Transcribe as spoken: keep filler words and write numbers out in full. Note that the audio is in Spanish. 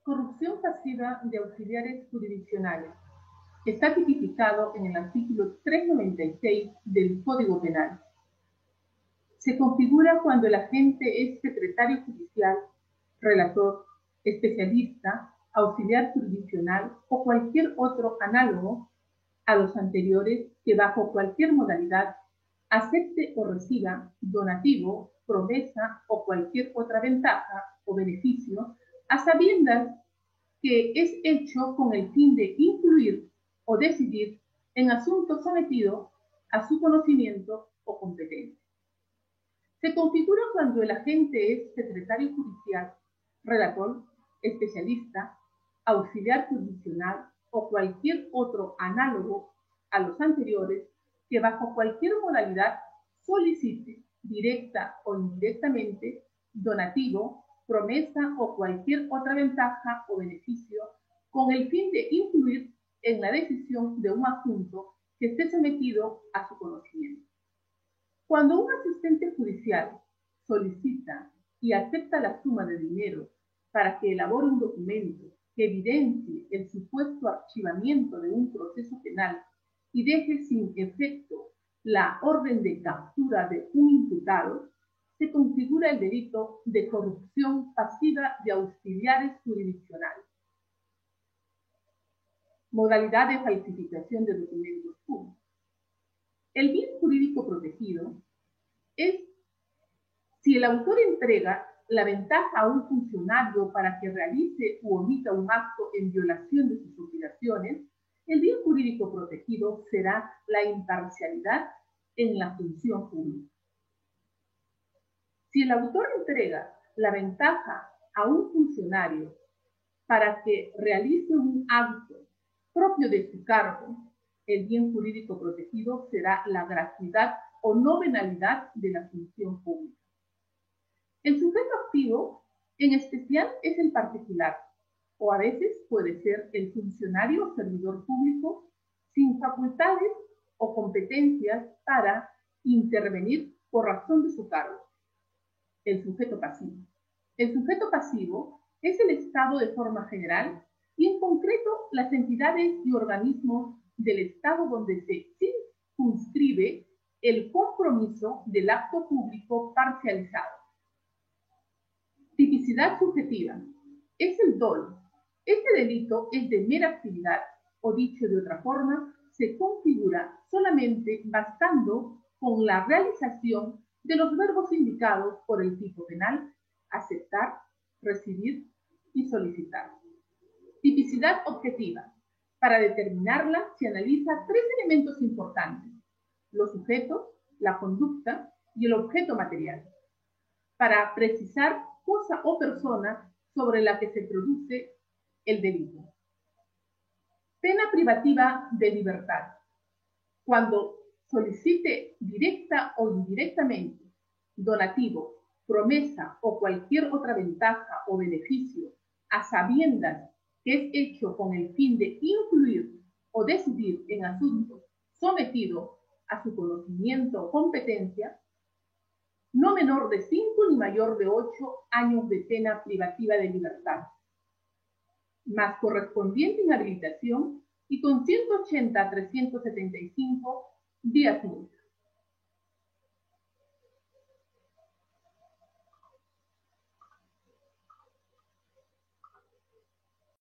Corrupción pasiva de auxiliares jurisdiccionales. Está tipificado en el artículo trescientos noventa y seis del Código Penal. Se configura cuando el agente es secretario judicial, relator, especialista, auxiliar jurisdiccional o cualquier otro análogo a los anteriores que bajo cualquier modalidad acepte o reciba donativo, promesa o cualquier otra ventaja o beneficio a sabiendas que es hecho con el fin de influir o decidir en asuntos sometidos a su conocimiento o competencia. Se configura cuando el agente es secretario judicial, relator, especialista, auxiliar jurisdiccional o cualquier otro análogo a los anteriores que bajo cualquier modalidad solicite, directa o indirectamente, donativo, promesa o cualquier otra ventaja o beneficio con el fin de influir en la decisión de un asunto que esté sometido a su conocimiento. Cuando un asistente judicial solicita y acepta la suma de dinero para que elabore un documento que evidencie el supuesto archivamiento de un proceso penal y deje sin efecto la orden de captura de un imputado, se configura el delito de corrupción pasiva de auxiliares jurisdiccionales. Modalidad de falsificación de documentos públicos. El bien jurídico protegido es si el autor entrega la ventaja a un funcionario para que realice u omita un acto en violación de sus obligaciones. El bien jurídico protegido será la imparcialidad en la función pública. Si el autor entrega la ventaja a un funcionario para que realice un acto propio de su cargo, el bien jurídico protegido será la gratuidad o no venalidad de la función pública. El sujeto activo, en especial, es el particular, o a veces puede ser el funcionario o servidor público sin facultades o competencias para intervenir por razón de su cargo. El sujeto pasivo. El sujeto pasivo es el Estado de forma general y en concreto las entidades y organismos del Estado donde se circunscribe el compromiso del acto público parcializado. Tipicidad subjetiva. Es el dolo. Este delito es de mera actividad, o dicho de otra forma, se configura solamente bastando con la realización de los verbos indicados por el tipo penal: aceptar, recibir y solicitar. Tipicidad objetiva. Para determinarla se analiza tres elementos importantes: los sujetos, la conducta y el objeto material, para precisar cosa o persona sobre la que se produce el delito. Pena privativa de libertad. Cuando solicite directa o indirectamente donativo, promesa o cualquier otra ventaja o beneficio a sabiendas que es hecho con el fin de influir o decidir en asuntos sometidos a su conocimiento o competencia, no menor de cinco ni mayor de ocho años de pena privativa de libertad, más correspondiente inhabilitación y con ciento ochenta a trescientos setenta y cinco días multa.